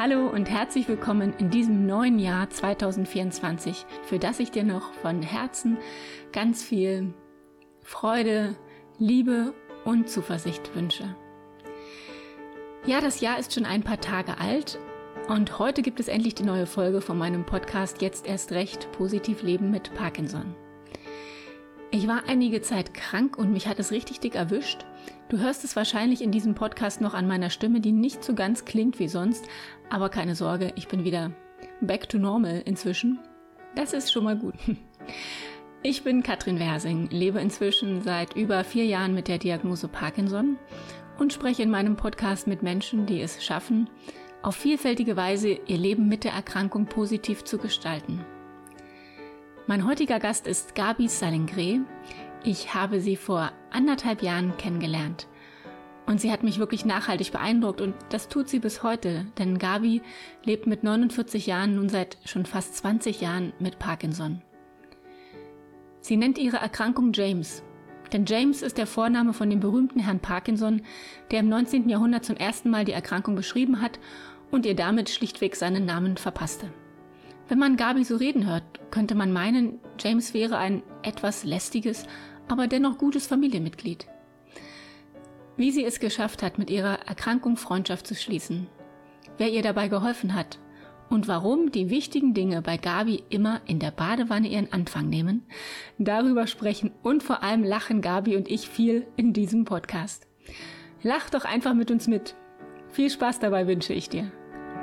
Hallo und herzlich willkommen in diesem neuen Jahr 2024, für das ich dir noch von Herzen ganz viel Freude, Liebe und Zuversicht wünsche. Ja, das Jahr ist schon ein paar Tage alt und heute gibt es endlich die neue Folge von meinem Podcast Jetzt erst recht, positiv leben mit Parkinson. Ich war einige Zeit krank und mich hat es richtig dick erwischt. Du hörst es wahrscheinlich in diesem Podcast noch an meiner Stimme, die nicht so ganz klingt wie sonst, aber keine Sorge, ich bin wieder back to normal inzwischen. Das ist schon mal gut. Ich bin Katrin Wersing, lebe inzwischen seit über 4 Jahren mit der Diagnose Parkinson und spreche in meinem Podcast mit Menschen, die es schaffen, auf vielfältige Weise ihr Leben mit der Erkrankung positiv zu gestalten. Mein heutiger Gast ist Gabi Salingré. Ich habe sie vor 1,5 Jahren kennengelernt. Und sie hat mich wirklich nachhaltig beeindruckt und das tut sie bis heute, denn Gabi lebt mit 49 Jahren nun seit schon fast 20 Jahren mit Parkinson. Sie nennt ihre Erkrankung James, denn James ist der Vorname von dem berühmten Herrn Parkinson, der im 19. Jahrhundert zum ersten Mal die Erkrankung beschrieben hat und ihr damit schlichtweg seinen Namen verpasste. Wenn man Gabi so reden hört, könnte man meinen, James wäre ein etwas lästiges, aber dennoch gutes Familienmitglied. Wie sie es geschafft hat, mit ihrer Erkrankung Freundschaft zu schließen, wer ihr dabei geholfen hat und warum die wichtigen Dinge bei Gabi immer in der Badewanne ihren Anfang nehmen, darüber sprechen und vor allem lachen Gabi und ich viel in diesem Podcast. Lach doch einfach mit uns mit. Viel Spaß dabei wünsche ich dir.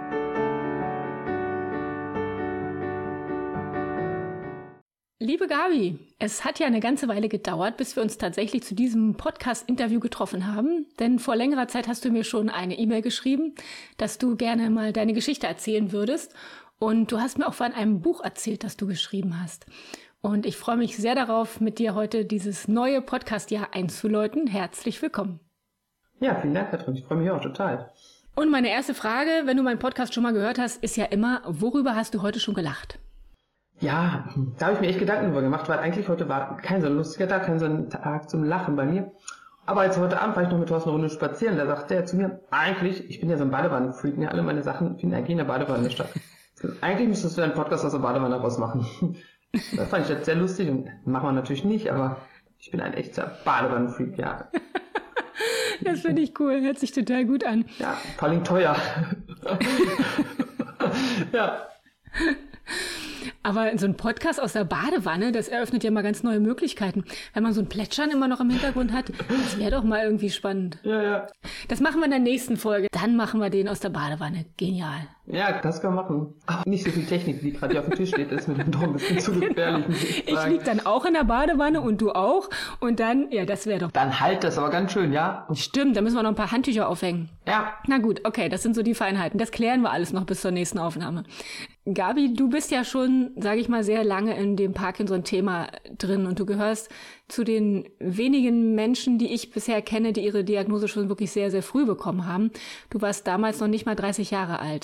Liebe Gabi, es hat ja eine ganze Weile gedauert, bis wir uns tatsächlich zu diesem Podcast-Interview getroffen haben. Denn vor längerer Zeit hast du mir schon eine E-Mail geschrieben, dass du gerne mal deine Geschichte erzählen würdest. Und du hast mir auch von einem Buch erzählt, das du geschrieben hast. Und ich freue mich sehr darauf, mit dir heute dieses neue Podcast-Jahr einzuläuten. Herzlich willkommen. Ja, vielen Dank, Katrin. Ich freue mich auch total. Und meine erste Frage, wenn du meinen Podcast schon mal gehört hast, ist ja immer, worüber hast du heute schon gelacht? Ja, da habe ich mir echt Gedanken drüber gemacht, weil eigentlich heute war kein so ein lustiger Tag, kein so ein Tag zum Lachen bei mir. Aber jetzt heute Abend war ich noch mit Thorsten eine Runde spazieren, da sagte er zu mir, eigentlich, ich bin ja so ein Badewannen-Freak, ne? Alle meine Sachen finden eigentlich in der Badewanne statt. Eigentlich müsstest du einen Podcast aus der Badewanne rausmachen. Das fand ich jetzt sehr lustig und machen wir natürlich nicht, aber ich bin ein echter Badewannen-Freak, ja. Das finde ich cool, hört sich total gut an. Ja, vor allem teuer. Ja. Aber so ein Podcast aus der Badewanne, das eröffnet ja mal ganz neue Möglichkeiten. Wenn man so ein Plätschern immer noch im Hintergrund hat, das wäre doch mal irgendwie spannend. Ja. Das machen wir in der nächsten Folge. Dann machen wir den aus der Badewanne. Genial. Ja, das können wir machen. Aber nicht so viel Technik, wie gerade hier auf dem Tisch steht, ist mir dann doch ein bisschen zu gefährlich. Ich lieg dann auch in der Badewanne und du auch. Und dann, ja, das wäre doch... Dann halt das aber ganz schön, ja? Stimmt, da müssen wir noch ein paar Handtücher aufhängen. Ja. Na gut, okay, das sind so die Feinheiten. Das klären wir alles noch bis zur nächsten Aufnahme. Gabi, du bist ja schon, sage ich mal, sehr lange in dem Parkinson-Thema drin und du gehörst zu den wenigen Menschen, die ich bisher kenne, die ihre Diagnose schon wirklich sehr, sehr früh bekommen haben. Du warst damals noch nicht mal 30 Jahre alt.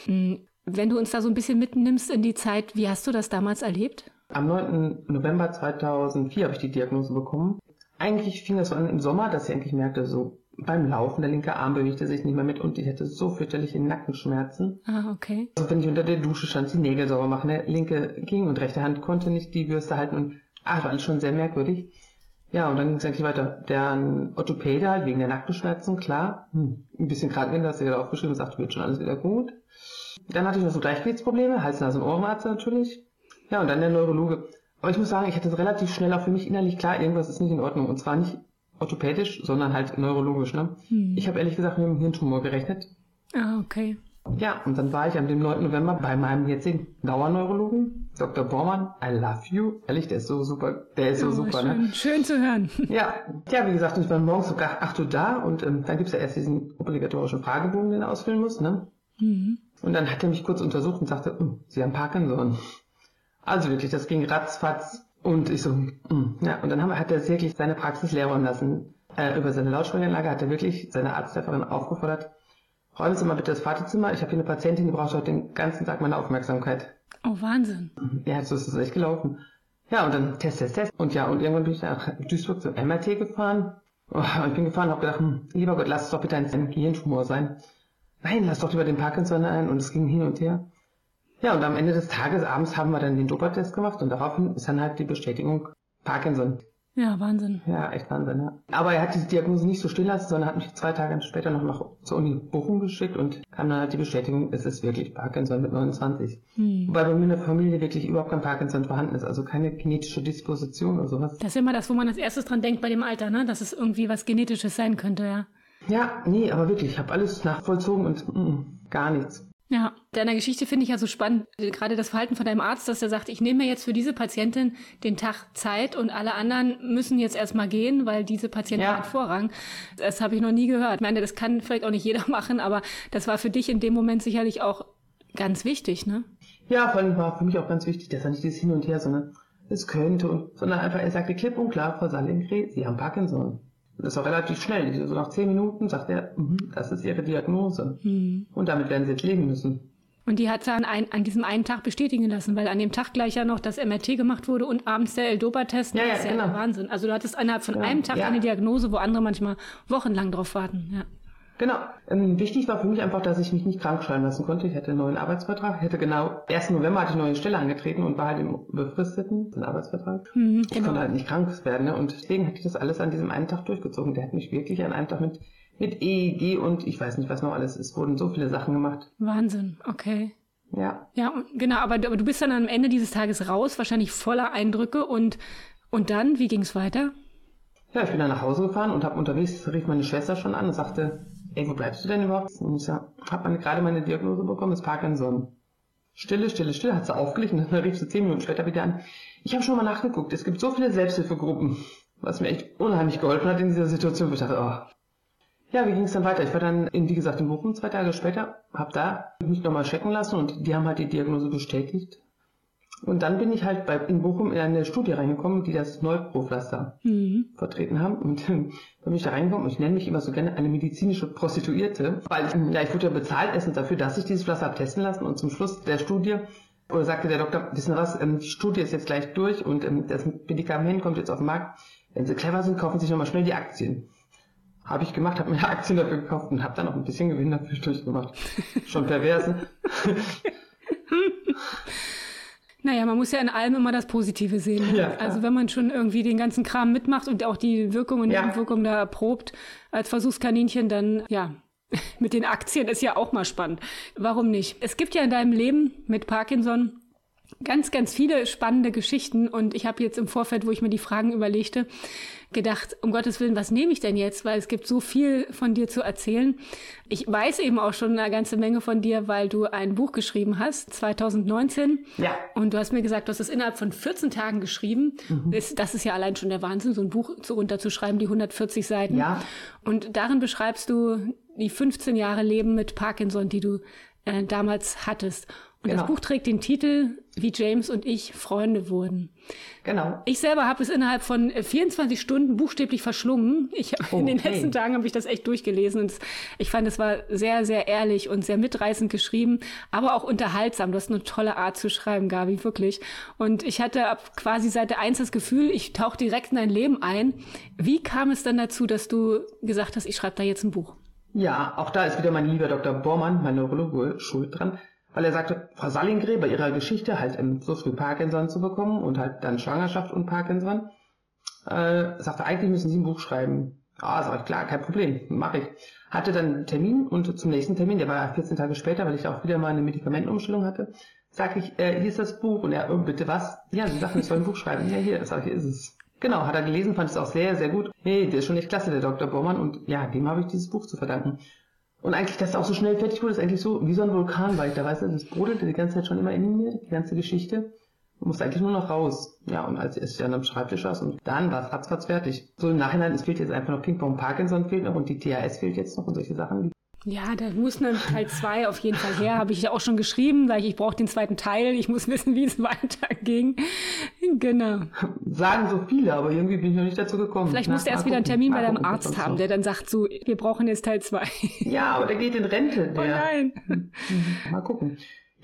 Wenn du uns da so ein bisschen mitnimmst in die Zeit, wie hast du das damals erlebt? Am 9. November 2004 habe ich die Diagnose bekommen. Eigentlich fing das so an im Sommer, dass ich eigentlich merkte, so beim Laufen, der linke Arm bewegte sich nicht mehr mit und ich hatte so fürchterliche Nackenschmerzen. Ah, okay. Also wenn ich unter der Dusche stand, die Nägel sauber machen, der linke ging und rechte Hand konnte nicht die Bürste halten und war alles schon sehr merkwürdig. Ja, und dann ging es eigentlich weiter. Der Orthopäde halt wegen der Nackenschmerzen, klar, ein bisschen Krankengeld, hast du wieder aufgeschrieben und sagte, wird schon alles wieder gut. Dann hatte ich noch so Gleichgewichtsprobleme, Hals-, Nasen- und Ohrenarzt natürlich. Ja, und dann der Neurologe. Aber ich muss sagen, ich hatte es relativ schnell auch für mich innerlich klar, irgendwas ist nicht in Ordnung. Und zwar nicht orthopädisch, sondern halt neurologisch, ne? Ich habe ehrlich gesagt mit einem Hirntumor gerechnet. Ah, okay. Ja, und dann war ich am dem 9. November bei meinem jetzigen Dauerneurologen, Dr. Bormann. I love you. Ehrlich, der ist so super. Der ist so super, schön, ne? Schön zu hören. Ja, wie gesagt, ich war morgens sogar 8 Uhr da und dann gibt's ja erst diesen obligatorischen Fragebogen, den er ausfüllen muss, ne? Und dann hat er mich kurz untersucht und sagte, Sie haben Parkinson. Also wirklich, das ging ratzfatz. Und ich so, ja, und dann hat er wirklich seine Praxis leer räumen lassen. Über seine Lautsprecheranlage hat er wirklich seine Arzthelferin aufgefordert, räumen Sie mal bitte das Wartezimmer, ich habe hier eine Patientin, die braucht heute den ganzen Tag meine Aufmerksamkeit. Oh, Wahnsinn. Ja, so ist es echt gelaufen. Ja, und dann Test. Und ja, und irgendwann bin ich nach Duisburg zum MRT gefahren. Und ich bin gefahren und habe gedacht, lieber Gott, lass es doch bitte ein Gehirntumor sein. nein, lass doch lieber den Parkinson ein und es ging hin und her. Ja, und am Ende des Tages, abends haben wir dann den Dopa-Test gemacht und daraufhin ist dann halt die Bestätigung Parkinson. Ja, Wahnsinn. Ja, echt Wahnsinn, ja. Aber er hat die Diagnose nicht so stehen lassen, sondern hat mich 2 Tage später noch zur Uni Bochum geschickt und kam dann halt die Bestätigung, es ist wirklich Parkinson mit 29. Wobei bei mir in der Familie wirklich überhaupt kein Parkinson vorhanden ist, also keine genetische Disposition oder sowas. Das ist immer das, wo man als erstes dran denkt bei dem Alter, ne? Dass es irgendwie was Genetisches sein könnte, ja. Ja, nee, aber wirklich, ich habe alles nachvollzogen und gar nichts. Ja, deiner Geschichte finde ich ja so spannend, gerade das Verhalten von deinem Arzt, dass er sagt, ich nehme mir jetzt für diese Patientin den Tag Zeit und alle anderen müssen jetzt erstmal gehen, weil diese Patientin hat Vorrang. Das habe ich noch nie gehört. Ich meine, das kann vielleicht auch nicht jeder machen, aber das war für dich in dem Moment sicherlich auch ganz wichtig, ne? Ja, vor allem war für mich auch ganz wichtig, dass er nicht dieses Hin und Her, sondern es könnte, sondern einfach, er sagte klipp und klar, Frau Salinger, Sie haben Parkinson. Und das war relativ schnell. So nach 10 Minuten sagt er, das ist Ihre Diagnose. Und damit werden Sie jetzt leben müssen. Und die hat dann an diesem einen Tag bestätigen lassen, weil an dem Tag gleich ja noch das MRT gemacht wurde und abends der L-Dopa-Test. Ja, das ist ja genau. der Wahnsinn. Also du hattest innerhalb von einem Tag eine Diagnose, wo andere manchmal wochenlang drauf warten. Ja. Genau. Wichtig war für mich einfach, dass ich mich nicht krank schreiben lassen konnte. Ich hatte einen neuen Arbeitsvertrag. Hätte genau 1. November hatte ich eine neue Stelle angetreten und war halt im befristeten Arbeitsvertrag. Ich konnte halt nicht krank werden. Ne? Und deswegen hatte ich das alles an diesem einen Tag durchgezogen. Der hat mich wirklich an einem Tag mit EEG und ich weiß nicht, was noch alles ist. Wurden so viele Sachen gemacht. Wahnsinn, okay. Ja. Ja, genau. Aber du bist dann am Ende dieses Tages raus, wahrscheinlich voller Eindrücke. Und dann, wie ging es weiter? Ja, ich bin dann nach Hause gefahren und unterwegs rief meine Schwester schon an und sagte, ey, wo bleibst du denn überhaupt? Und ich habe gerade meine Diagnose bekommen, das ist Parkinson. Stille, hat sie aufgelegt und dann rief sie 10 Minuten später wieder an. Ich habe schon mal nachgeguckt, es gibt so viele Selbsthilfegruppen, was mir echt unheimlich geholfen hat in dieser Situation. Ich dachte, oh. Ja, wie ging es dann weiter? Ich war dann, wie gesagt, in Bochum 2 Tage später, habe da mich nochmal checken lassen und die haben halt die Diagnose bestätigt. Und dann bin ich halt in Bochum in eine Studie reingekommen, die das Neupro-Pflaster vertreten haben. Und dann bin ich da reingekommen und ich nenne mich immer so gerne eine medizinische Prostituierte, weil ich wurde ja bezahlt erstens dafür, dass ich dieses Pflaster habe testen lassen und zum Schluss der Studie sagte der Doktor, wissen Sie was, die Studie ist jetzt gleich durch und das Medikament kommt jetzt auf den Markt. Wenn Sie clever sind, kaufen Sie sich nochmal schnell die Aktien. Habe ich gemacht, habe mir Aktien dafür gekauft und habe dann auch ein bisschen Gewinn dafür durchgemacht. Schon pervers, ne? Naja, man muss ja in allem immer das Positive sehen. Ne? Ja, also wenn man schon irgendwie den ganzen Kram mitmacht und auch die Wirkung und Nebenwirkung da erprobt als Versuchskaninchen, dann mit den Aktien ist ja auch mal spannend. Warum nicht? Es gibt ja in deinem Leben mit Parkinson ganz, ganz viele spannende Geschichten und ich habe jetzt im Vorfeld, wo ich mir die Fragen überlegte, gedacht, um Gottes Willen, was nehme ich denn jetzt? Weil es gibt so viel von dir zu erzählen. Ich weiß eben auch schon eine ganze Menge von dir, weil du ein Buch geschrieben hast, 2019. Ja. Und du hast mir gesagt, du hast es innerhalb von 14 Tagen geschrieben. Das ist ja allein schon der Wahnsinn, so ein Buch runterzuschreiben, die 140 Seiten. Ja. Und darin beschreibst du die 15 Jahre Leben mit Parkinson, die du damals hattest. Und das Buch trägt den Titel, wie James und ich Freunde wurden. Genau. Ich selber habe es innerhalb von 24 Stunden buchstäblich verschlungen. In den letzten Tagen habe ich das echt durchgelesen. Und ich fand, es war sehr, sehr ehrlich und sehr mitreißend geschrieben, aber auch unterhaltsam. Du hast eine tolle Art zu schreiben, Gabi, wirklich. Und ich hatte ab quasi Seite 1 das Gefühl, ich tauche direkt in dein Leben ein. Wie kam es dann dazu, dass du gesagt hast, ich schreibe da jetzt ein Buch? Ja, auch da ist wieder mein lieber Dr. Bormann, mein Neurologe, schuld dran. Weil er sagte, Frau Salinger, bei ihrer Geschichte halt so früh Parkinson zu bekommen und halt dann Schwangerschaft und Parkinson, sagte, eigentlich müssen Sie ein Buch schreiben. Ah, sag ich, klar, kein Problem, mache ich. Hatte dann einen Termin und zum nächsten Termin, der war 14 Tage später, weil ich auch wieder mal eine Medikamentenumstellung hatte, sag ich, hier ist das Buch. Und er, bitte was? Ja, Sie sagten, ich soll ein Buch schreiben. Ja, hier, sag ich, hier ist es. Genau, hat er gelesen, fand es auch sehr, sehr gut. Hey, der ist schon echt klasse, der Dr. Bormann. Und ja, dem habe ich dieses Buch zu verdanken. Und eigentlich, dass es auch so schnell fertig wurde, ist eigentlich so wie so ein Vulkan weiter, weißt du, das brodelte die ganze Zeit schon immer in mir, die ganze Geschichte. Man musste eigentlich nur noch raus. Ja, und als ich dann am Schreibtisch saß und dann war es ratzfatz fertig. So im Nachhinein, es fehlt jetzt einfach noch Ping-Pong, Parkinson fehlt noch und die THS fehlt jetzt noch und solche Sachen. Ja, da muss ein Teil 2 auf jeden Fall her, habe ich ja auch schon geschrieben, sage ich brauche den zweiten Teil, ich muss wissen, wie es weiterging. Genau. Sagen so viele, aber irgendwie bin ich noch nicht dazu gekommen. Vielleicht musst du erst wieder einen Termin bei deinem Arzt haben, der dann sagt so, wir brauchen jetzt Teil 2. Ja, aber der geht in Rente. Oh nein. Mal gucken.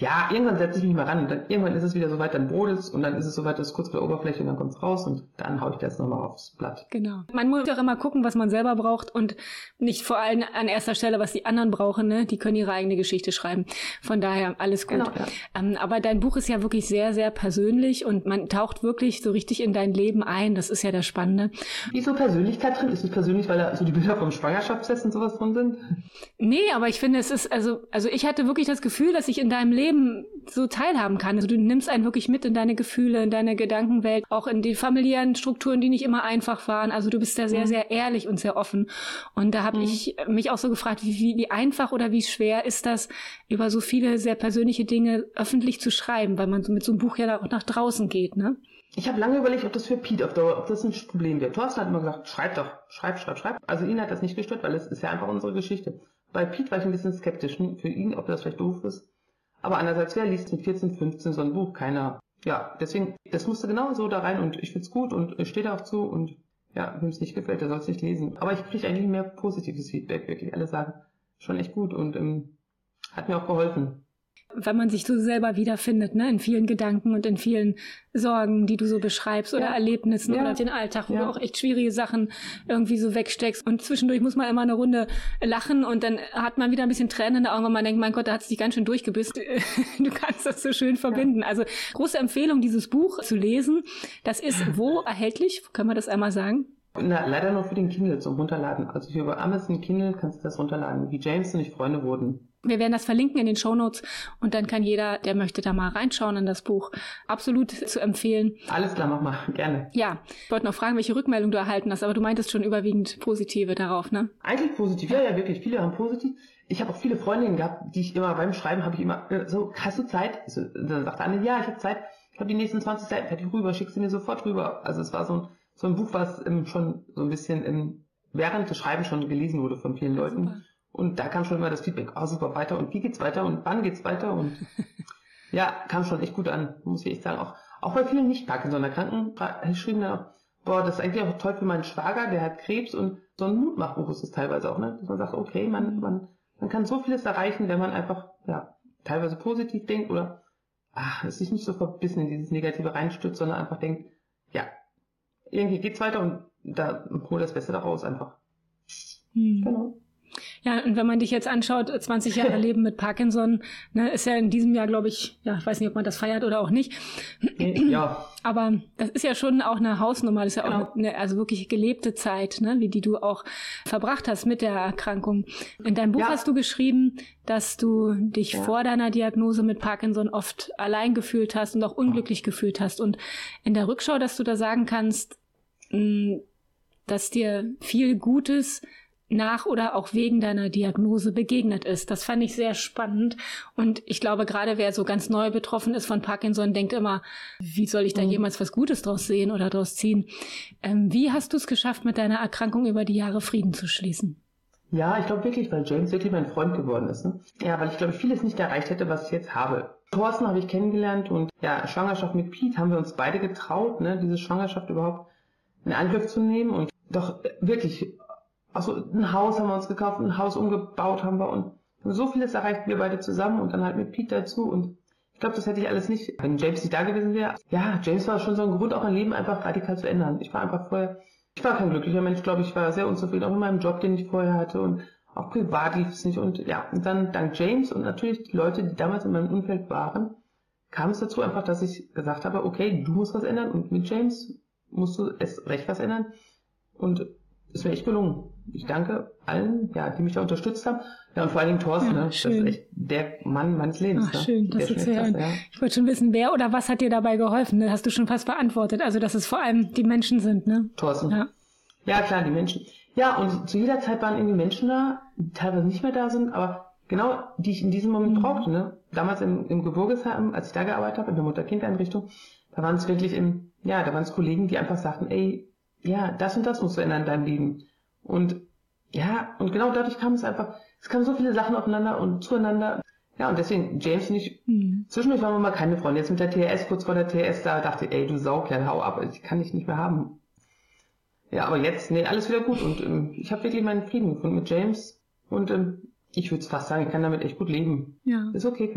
ja, irgendwann setze ich mich mal ran und dann irgendwann ist es wieder soweit, dann brodelt es und dann ist es soweit, das ist kurz bei der Oberfläche und dann kommt es raus und dann haue ich das nochmal aufs Blatt. Genau. Man muss auch immer gucken, was man selber braucht und nicht vor allem an erster Stelle, was die anderen brauchen, ne? Die können ihre eigene Geschichte schreiben. Von daher alles gut. Genau, ja. Aber dein Buch ist ja wirklich sehr, sehr persönlich und man taucht wirklich so richtig in dein Leben ein. Das ist ja das Spannende. Wie ist so Persönlichkeit drin? Ist es persönlich, weil da so die Bilder vom Schwangerschaftstest und sowas drin sind? Nee, aber ich finde, es ist, also ich hatte wirklich das Gefühl, dass ich in deinem Leben so teilhaben kann. Also du nimmst einen wirklich mit in deine Gefühle, in deine Gedankenwelt, auch in die familiären Strukturen, die nicht immer einfach waren. Also du bist da sehr, sehr ehrlich und sehr offen. Und da habe ich mich auch so gefragt, wie einfach oder wie schwer ist das, über so viele sehr persönliche Dinge öffentlich zu schreiben, weil man so mit so einem Buch ja auch nach draußen geht, ne? Ich habe lange überlegt, ob das für Pete auf Dauer, ob das ein Problem wird. Thorsten hat immer gesagt, schreib doch, schreib. Also ihn hat das nicht gestört, weil es ist ja einfach unsere Geschichte. Bei Pete war ich ein bisschen skeptisch für ihn, ob das vielleicht doof ist. Aber andererseits, wer liest mit 14, 15 so ein Buch? Keiner. Ja, deswegen, das musste genau so da rein und ich find's gut und ich stehe da auch zu und ja, wem es nicht gefällt, der soll es nicht lesen. Aber ich kriege eigentlich mehr positives Feedback, wirklich. Alle sagen, schon echt gut und hat mir auch geholfen. Wenn man sich so selber wiederfindet, ne, in vielen Gedanken und in vielen Sorgen, die du so beschreibst oder Erlebnissen oder den Alltag, wo du auch echt schwierige Sachen irgendwie so wegsteckst und zwischendurch muss man immer eine Runde lachen und dann hat man wieder ein bisschen Tränen in den Augen, weil man denkt, mein Gott, da hat es dich ganz schön durchgebisst. Du kannst das so schön verbinden. Also große Empfehlung, dieses Buch zu lesen. Das ist wo erhältlich? Können wir das einmal sagen? Na, leider nur für den Kindle zum Runterladen. Also hier über Amazon Kindle kannst du das runterladen, wie James und ich Freunde wurden. Wir werden das verlinken in den Shownotes und dann kann jeder, der möchte, da mal reinschauen in das Buch. Absolut zu empfehlen. Alles klar, mach mal, gerne. Ja, ich wollte noch fragen, welche Rückmeldung du erhalten hast, aber du meintest schon überwiegend positive darauf, ne? Eigentlich positiv, ja, wirklich. Viele haben positiv. Ich habe auch viele Freundinnen gehabt, die ich immer beim Schreiben habe ich immer so, hast du Zeit? So, dann sagt eine, ja, ich habe Zeit. Ich habe die nächsten 20 Seiten fertig rüber, schickst du mir sofort rüber. Also es war so ein Buch, was schon so ein bisschen während des Schreibens schon gelesen wurde von vielen Leuten. Super. Und da kam schon immer das Feedback, super, weiter und wie geht's weiter und wann geht's weiter und ja, kam schon echt gut an, muss ich echt sagen. Auch bei vielen Nicht-Parkinson-Erkrankten schrieben dann auch, das ist eigentlich auch toll für meinen Schwager, der hat Krebs und so ein Mutmachbuch ist es teilweise auch, ne? Dass man sagt, okay, man kann so vieles erreichen, wenn man einfach, ja, teilweise positiv denkt oder es sich nicht so verbissen in dieses Negative reinstürzt, sondern einfach denkt, ja, irgendwie geht's weiter und da hol das Beste daraus einfach. Genau. Ja, und wenn man dich jetzt anschaut, 20 Jahre Leben mit Parkinson, ne, ist ja in diesem Jahr, glaube ich, ja, ich weiß nicht, ob man das feiert oder auch nicht. Ja. Aber das ist ja schon auch eine Hausnummer, das ist ja auch eine also wirklich gelebte Zeit, ne, wie die du auch verbracht hast mit der Erkrankung. In deinem Buch hast du geschrieben, dass du dich vor deiner Diagnose mit Parkinson oft allein gefühlt hast und auch unglücklich gefühlt hast. Und in der Rückschau, dass du da sagen kannst, dass dir viel Gutes nach oder auch wegen deiner Diagnose begegnet ist. Das fand ich sehr spannend und ich glaube, gerade wer so ganz neu betroffen ist von Parkinson, denkt immer, wie soll ich da jemals was Gutes draus sehen oder draus ziehen? Wie hast du es geschafft, mit deiner Erkrankung über die Jahre Frieden zu schließen? Ja, ich glaube wirklich, weil James wirklich mein Freund geworden ist. Ne? Ja, weil ich glaube, vieles nicht erreicht hätte, was ich jetzt habe. Thorsten habe ich kennengelernt und ja, Schwangerschaft mit Pete haben wir uns beide getraut, ne, diese Schwangerschaft überhaupt in Angriff zu nehmen und doch wirklich. Also ein Haus haben wir uns gekauft, ein Haus umgebaut haben wir und so vieles erreicht wir beide zusammen und dann halt mit Pete dazu und ich glaube, das hätte ich alles nicht, wenn James nicht da gewesen wäre. Ja, James war schon so ein Grund, auch mein Leben einfach radikal zu ändern. Ich war kein glücklicher Mensch, glaube ich, war sehr unzufrieden, auch mit meinem Job, den ich vorher hatte und auch privat lief es nicht und ja, und dann dank James und natürlich die Leute, die damals in meinem Umfeld waren, kam es dazu einfach, dass ich gesagt habe, okay, du musst was ändern und mit James musst du erst recht was ändern und ist mir echt gelungen. Ich danke allen, ja, die mich da unterstützt haben. Ja, und vor allen Dingen Thorsten, ne? Das ist echt der Mann meines Lebens. Ach, schön, das ist ja. Ich wollte schon wissen, wer oder was hat dir dabei geholfen? Das hast du schon fast beantwortet. Also, dass es vor allem die Menschen sind, ne? Thorsten. Ja, klar, die Menschen. Ja, und zu jeder Zeit waren irgendwie Menschen da, die teilweise nicht mehr da sind, aber genau, die ich in diesem Moment brauchte, ne? Damals im Geburgesheim, als ich da gearbeitet habe, in der Mutter-Kind-Einrichtung, da waren es wirklich da waren es Kollegen, die einfach sagten, ey, ja, das und das musst du ändern in deinem Leben. Und ja, und genau dadurch kam es kamen so viele Sachen aufeinander und zueinander. Ja, und deswegen, James und ich, zwischendurch waren wir mal keine Freunde. Jetzt mit der TRS, kurz vor der TRS, da dachte ich, ey, du Saukerl, hau ab, ich kann dich nicht mehr haben. Ja, aber jetzt, alles wieder gut. Und ich habe wirklich meinen Frieden gefunden mit James. Und ich würde fast sagen, ich kann damit echt gut leben. Ja. Ist okay für mich.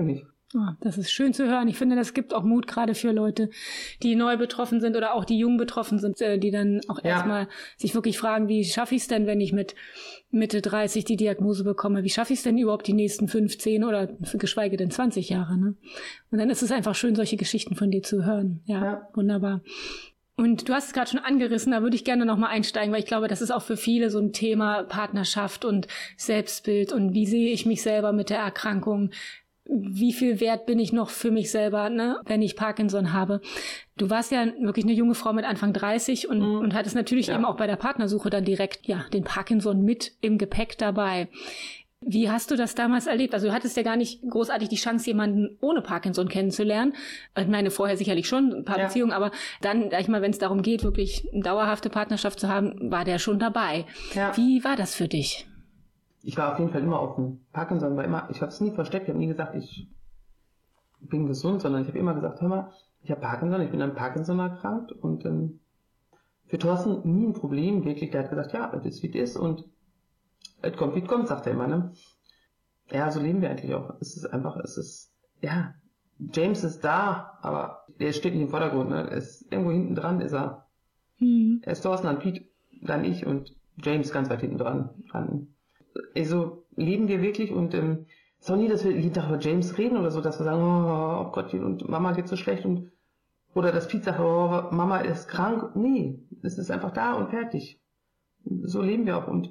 Oh, das ist schön zu hören. Ich finde, das gibt auch Mut, gerade für Leute, die neu betroffen sind oder auch die jung betroffen sind, die dann auch erstmal sich wirklich fragen, wie schaffe ich es denn, wenn ich mit Mitte 30 die Diagnose bekomme? Wie schaffe ich es denn überhaupt die nächsten 15 oder geschweige denn 20 Jahre? Ne? Und dann ist es einfach schön, solche Geschichten von dir zu hören. Ja. Wunderbar. Und du hast es gerade schon angerissen, da würde ich gerne nochmal einsteigen, weil ich glaube, das ist auch für viele so ein Thema Partnerschaft und Selbstbild und wie sehe ich mich selber mit der Erkrankung? Wie viel wert bin ich noch für mich selber, ne, wenn ich Parkinson habe? Du warst ja wirklich eine junge Frau mit Anfang 30 und hattest natürlich eben auch bei der Partnersuche dann direkt den Parkinson mit im Gepäck dabei. Wie hast du das damals erlebt? Also du hattest ja gar nicht großartig die Chance, jemanden ohne Parkinson kennenzulernen. Ich meine, vorher sicherlich schon ein paar Beziehungen, aber dann, sag ich mal, wenn es darum geht, wirklich eine dauerhafte Partnerschaft zu haben, war der schon dabei. Ja. Wie war das für dich? Ich war auf jeden Fall immer offen. Parkinson war immer, ich habe es nie versteckt, ich habe nie gesagt, ich bin gesund, sondern ich habe immer gesagt, hör mal, ich habe Parkinson, ich bin an Parkinson erkrankt und für Thorsten nie ein Problem, wirklich, der hat gesagt, ja, es ist wie es ist und es kommt wie es kommt, sagt er immer, ne? Ja, so leben wir eigentlich auch. James ist da, aber der steht nicht im Vordergrund, ne? Er ist irgendwo hinten dran, ist er. Er ist Thorsten, dann Pete, dann ich und James ganz weit hinten dran. Also leben wir wirklich und es ist auch nie, dass wir jeden Tag über James reden oder so, dass wir sagen, oh Gott, und Mama geht so schlecht oder dass Pete sagt, oh, Mama ist krank. Nee, es ist einfach da und fertig. So leben wir auch und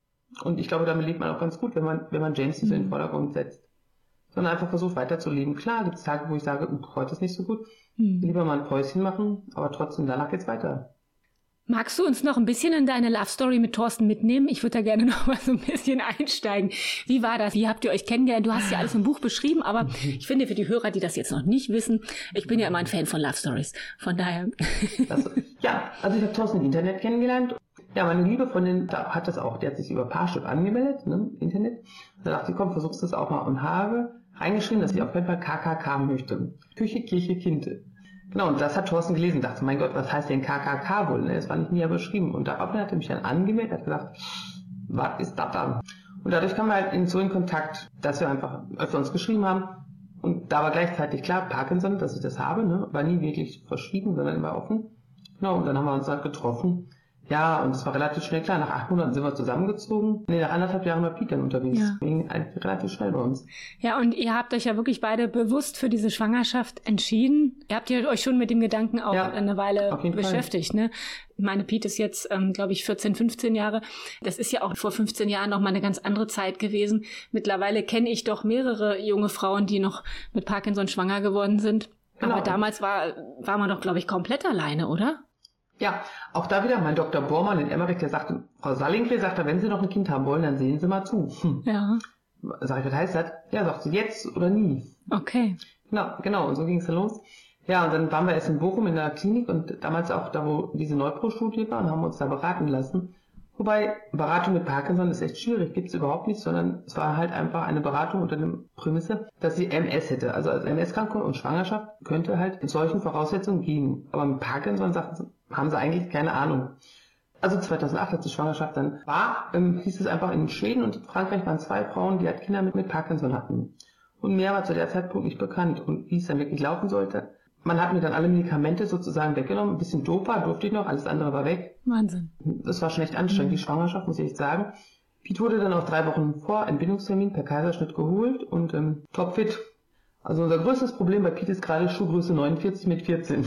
ich glaube, damit lebt man auch ganz gut, wenn man James nicht so in den Vordergrund setzt. Sondern einfach versucht weiterzuleben. Klar, gibt es Tage, wo ich sage, heute ist nicht so gut. Lieber mal ein Päuschen machen, aber trotzdem, danach geht's weiter. Magst du uns noch ein bisschen in deine Love Story mit Thorsten mitnehmen? Ich würde da gerne noch mal so ein bisschen einsteigen. Wie war das? Wie habt ihr euch kennengelernt? Du hast ja alles im Buch beschrieben, aber ich finde für die Hörer, die das jetzt noch nicht wissen, ich bin ja immer ein Fan von Love Stories. Von daher. Also ich habe Thorsten im Internet kennengelernt. Ja, meine liebe Freundin hat das auch. Die hat sich über Parship angemeldet, ne, im Internet. Da dachte ich, komm, versuchst du das auch mal. Und habe reingeschrieben, dass ich auf jeden Fall KKK möchte. Küche, Kirche, Kinte. Genau, und das hat Thorsten gelesen, dachte, mein Gott, was heißt denn KKK wohl? Ne? Das war nicht näher beschrieben. Und daraufhin hat er mich dann angemeldet, hat gesagt, was ist das dann? Und dadurch kamen wir halt in Kontakt, dass wir einfach öfter uns geschrieben haben. Und da war gleichzeitig klar, Parkinson, dass ich das habe, ne? War nie wirklich verschwiegen, sondern immer offen. Genau, und dann haben wir uns halt getroffen. Ja, und es war relativ schnell klar. Nach 8 Monaten sind wir zusammengezogen. Nach 1,5 Jahren war Pete dann unterwegs. Ja. Ging eigentlich relativ schnell bei uns. Ja, und ihr habt euch ja wirklich beide bewusst für diese Schwangerschaft entschieden. Ihr habt euch schon mit dem Gedanken auch eine Weile beschäftigt, ne? Meine Pete ist jetzt, glaube ich, 14, 15 Jahre. Das ist ja auch vor 15 Jahren noch mal eine ganz andere Zeit gewesen. Mittlerweile kenne ich doch mehrere junge Frauen, die noch mit Parkinson schwanger geworden sind. Genau. Aber damals war man doch, glaube ich, komplett alleine, oder? Ja, auch da wieder mein Dr. Bormann in Emmerich, der sagte, Frau Sallinkle sagt, wenn Sie noch ein Kind haben wollen, dann sehen Sie mal zu. Ja. Sag ich, was heißt das? Ja, sagt sie, jetzt oder nie. Okay. Genau, und so ging es dann los. Ja, und dann waren wir erst in Bochum in der Klinik und damals auch da, wo diese Neupro-Studie war und haben uns da beraten lassen. Wobei, Beratung mit Parkinson ist echt schwierig, gibt's überhaupt nicht, sondern es war halt einfach eine Beratung unter der Prämisse, dass sie MS hätte. Also als MS-Krankheit und Schwangerschaft könnte halt in solchen Voraussetzungen gehen. Aber mit Parkinson haben sie eigentlich keine Ahnung. Also 2008, als die Schwangerschaft dann war, hieß es einfach, in Schweden und in Frankreich waren 2 Frauen, die halt Kinder mit Parkinson hatten. Und mehr war zu der Zeitpunkt nicht bekannt. Und wie es dann wirklich laufen sollte, man hat mir dann alle Medikamente sozusagen weggenommen, ein bisschen Dopa durfte ich noch, alles andere war weg. Wahnsinn. Das war schon echt anstrengend, die Schwangerschaft, muss ich echt sagen. Pete wurde dann auch 3 Wochen vor Entbindungstermin per Kaiserschnitt geholt und topfit. Also unser größtes Problem bei Pete ist gerade Schuhgröße 49 mit 14.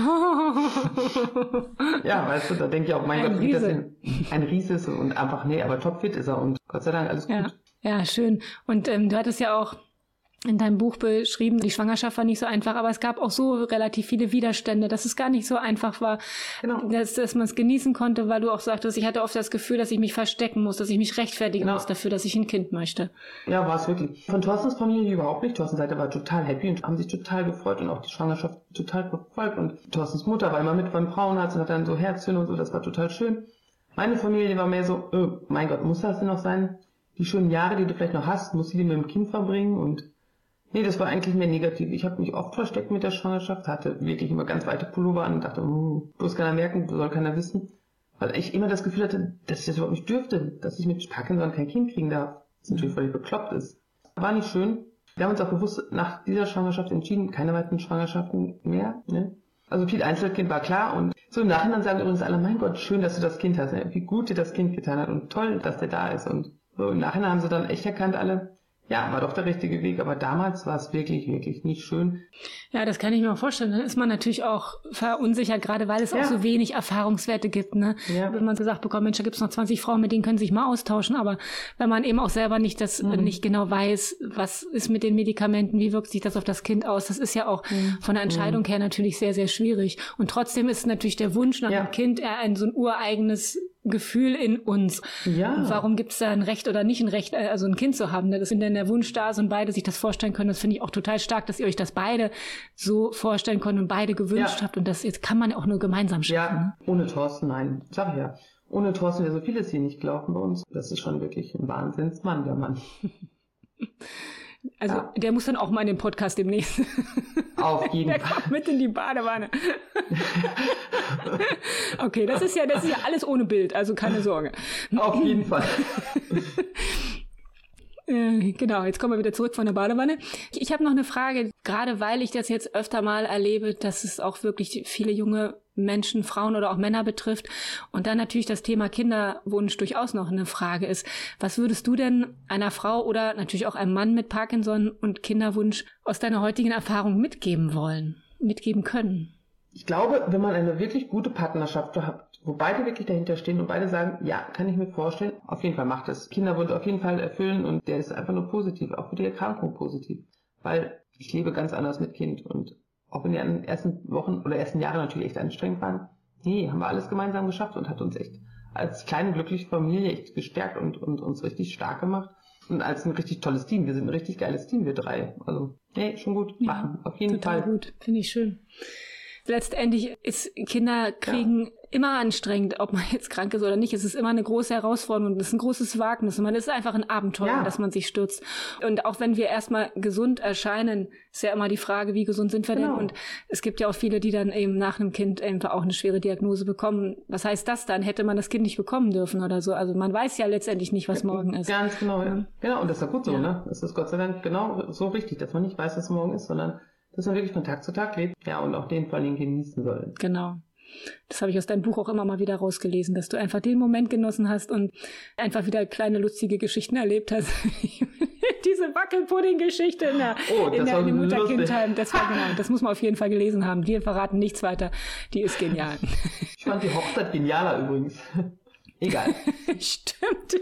Ja, weißt du, da denke ich auch, mein Gott, wie das denn ein Riese ist und einfach, aber topfit ist er und Gott sei Dank alles gut. Ja, schön. Und du hattest ja auch in deinem Buch beschrieben, die Schwangerschaft war nicht so einfach, aber es gab auch so relativ viele Widerstände, dass es gar nicht so einfach war, dass man es genießen konnte, weil du auch sagtest, ich hatte oft das Gefühl, dass ich mich verstecken muss, dass ich mich rechtfertigen muss dafür, dass ich ein Kind möchte. Ja, war es wirklich. Von Thorstens Familie überhaupt nicht. Thorstens Seite war total happy und haben sich total gefreut und auch die Schwangerschaft total verfolgt und Thorstens Mutter war immer mit beim Frauenarzt und hat dann so Herzchen und so, das war total schön. Meine Familie war mehr so, oh mein Gott, muss das denn noch sein? Die schönen Jahre, die du vielleicht noch hast, musst du die mit dem Kind verbringen und nee, das war eigentlich mehr negativ. Ich habe mich oft versteckt mit der Schwangerschaft, hatte wirklich immer ganz weite Pullover an und dachte, bloß keiner merken, soll keiner wissen. Weil ich immer das Gefühl hatte, dass ich das überhaupt nicht dürfte, dass ich mit Parkinson kein Kind kriegen darf. Was natürlich völlig bekloppt ist. War nicht schön. Wir haben uns auch bewusst nach dieser Schwangerschaft entschieden, keine weiteren Schwangerschaften mehr. Ne? Also viel Einzelkind war klar und so im Nachhinein sagen übrigens alle, mein Gott, schön, dass du das Kind hast, ne? Wie gut dir das Kind getan hat und toll, dass der da ist. Und so im Nachhinein haben sie dann echt erkannt alle, ja, war doch der richtige Weg, aber damals war es wirklich, wirklich nicht schön. Ja, das kann ich mir auch vorstellen. Dann ist man natürlich auch verunsichert, gerade weil es auch so wenig Erfahrungswerte gibt. Ne? Ja. Wenn man gesagt bekommt, Mensch, da gibt es noch 20 Frauen, mit denen können Sie sich mal austauschen. Aber wenn man eben auch selber nicht genau weiß, was ist mit den Medikamenten, wie wirkt sich das auf das Kind aus, das ist ja auch von der Entscheidung her natürlich sehr, sehr schwierig. Und trotzdem ist natürlich der Wunsch nach dem Kind eher so ein ureigenes Gefühl in uns. Ja. Und warum gibt es da ein Recht oder nicht ein Recht, also ein Kind zu haben? Ne? Das ist, wenn der Wunsch da ist und beide sich das vorstellen können, das finde ich auch total stark, dass ihr euch das beide so vorstellen könnt und beide gewünscht habt. Und das jetzt kann man auch nur gemeinsam schaffen. Ja, ohne Thorsten, nein. Sag ich ja. Ohne Thorsten wäre so vieles hier nicht gelaufen bei uns. Das ist schon wirklich ein Wahnsinnsmann, der Mann. Also der muss dann auch mal in den Podcast demnächst. Auf jeden Fall. Der kommt mit in die Badewanne. Okay, das ist ja alles ohne Bild, also keine Sorge. Auf jeden Fall. Genau, jetzt kommen wir wieder zurück von der Badewanne. Ich habe noch eine Frage, gerade weil ich das jetzt öfter mal erlebe, dass es auch wirklich viele junge Menschen, Frauen oder auch Männer betrifft und dann natürlich das Thema Kinderwunsch durchaus noch eine Frage ist. Was würdest du denn einer Frau oder natürlich auch einem Mann mit Parkinson und Kinderwunsch aus deiner heutigen Erfahrung mitgeben können? Ich glaube, wenn man eine wirklich gute Partnerschaft hat, wo beide wirklich dahinter stehen und beide sagen, ja, kann ich mir vorstellen, auf jeden Fall macht es. Kinderwunsch auf jeden Fall erfüllen und der ist einfach nur positiv, auch für die Erkrankung positiv. Weil ich lebe ganz anders mit Kind und auch wenn die ersten Wochen oder ersten Jahre natürlich echt anstrengend waren, haben wir alles gemeinsam geschafft und hat uns echt als kleine glückliche Familie echt gestärkt und uns richtig stark gemacht. Und als ein richtig tolles Team. Wir sind ein richtig geiles Team, wir drei. Also, schon gut, machen. Auf jeden Fall. Total gut, finde ich schön. Letztendlich ist Kinderkriegen immer anstrengend, ob man jetzt krank ist oder nicht. Es ist immer eine große Herausforderung und es ist ein großes Wagnis. Und man ist einfach ein Abenteuer, in das man sich stürzt. Und auch wenn wir erstmal gesund erscheinen, ist ja immer die Frage, wie gesund sind wir denn? Und es gibt ja auch viele, die dann eben nach einem Kind einfach auch eine schwere Diagnose bekommen. Was heißt das dann? Hätte man das Kind nicht bekommen dürfen oder so? Also man weiß ja letztendlich nicht, was morgen ist. Ganz genau, ja. Genau, und das ist ja gut so, ne? Das ist Gott sei Dank genau so richtig, dass man nicht weiß, was morgen ist, sondern dass man wirklich von Tag zu Tag lebt, und auch den vor allem genießen soll. Genau. Das habe ich aus deinem Buch auch immer mal wieder rausgelesen, dass du einfach den Moment genossen hast und einfach wieder kleine lustige Geschichten erlebt hast. Diese Wackelpudding-Geschichte in der Mutter-Kind-Heim. Das muss man auf jeden Fall gelesen haben. Wir verraten nichts weiter. Die ist genial. Ich fand die Hochzeit genialer übrigens. Egal. Stimmt.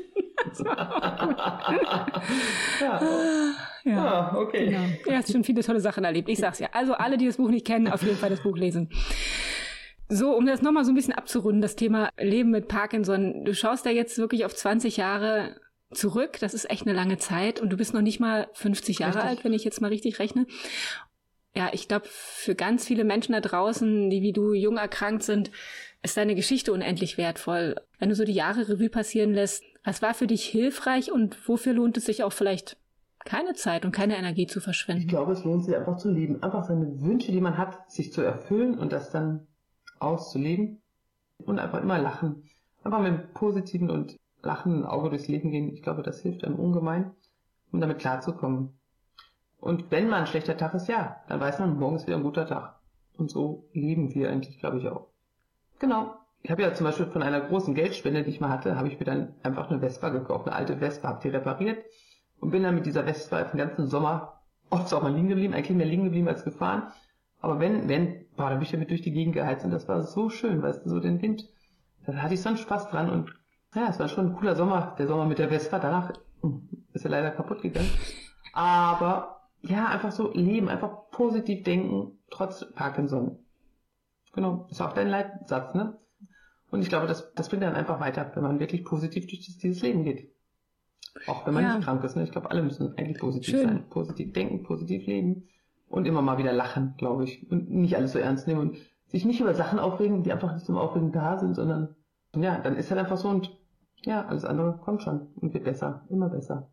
Ja, okay. Genau. Er hat schon viele tolle Sachen erlebt. Ich sag's ja. Also alle, die das Buch nicht kennen, auf jeden Fall das Buch lesen. So, um das nochmal so ein bisschen abzurunden, das Thema Leben mit Parkinson. Du schaust da jetzt wirklich auf 20 Jahre zurück. Das ist echt eine lange Zeit. Und du bist noch nicht mal 50 Jahre alt, wenn ich jetzt mal richtig rechne. Ja, ich glaube, für ganz viele Menschen da draußen, die wie du jung erkrankt sind, ist deine Geschichte unendlich wertvoll. Wenn du so die Jahre Revue passieren lässt, was war für dich hilfreich und wofür lohnt es sich auch vielleicht keine Zeit und keine Energie zu verschwenden? Ich glaube, es lohnt sich einfach zu leben. Einfach seine Wünsche, die man hat, sich zu erfüllen und das dann auszuleben und einfach immer lachen. Einfach mit einem positiven und lachenden Auge durchs Leben gehen. Ich glaube, das hilft einem ungemein, um damit klarzukommen. Und wenn mal ein schlechter Tag ist, dann weiß man, morgen ist wieder ein guter Tag. Und so leben wir eigentlich, glaube ich, auch. Genau. Ich habe ja zum Beispiel von einer großen Geldspende, die ich mal hatte, habe ich mir dann einfach eine Vespa gekauft, eine alte Vespa, habe die repariert und bin dann mit dieser Vespa den ganzen Sommer oft auch mal liegen geblieben, eigentlich mehr liegen geblieben als gefahren. Aber da bin ich damit durch die Gegend geheizt und das war so schön, weißt du, so den Wind. Da hatte ich so einen Spaß dran und es war schon ein cooler Sommer, der Sommer mit der Vespa. Danach ist er leider kaputt gegangen. Aber einfach so leben, einfach positiv denken, trotz Parkinson. Genau, ist auch dein Leitsatz, ne? Und ich glaube, das bringt dann einfach weiter, wenn man wirklich positiv durch dieses Leben geht. Auch wenn man nicht krank ist, ne? Ich glaube, alle müssen eigentlich positiv sein. Positiv denken, positiv leben und immer mal wieder lachen, glaube ich. Und nicht alles so ernst nehmen und sich nicht über Sachen aufregen, die einfach nicht zum Aufregen da sind, sondern dann ist halt einfach so und alles andere kommt schon und wird besser, immer besser.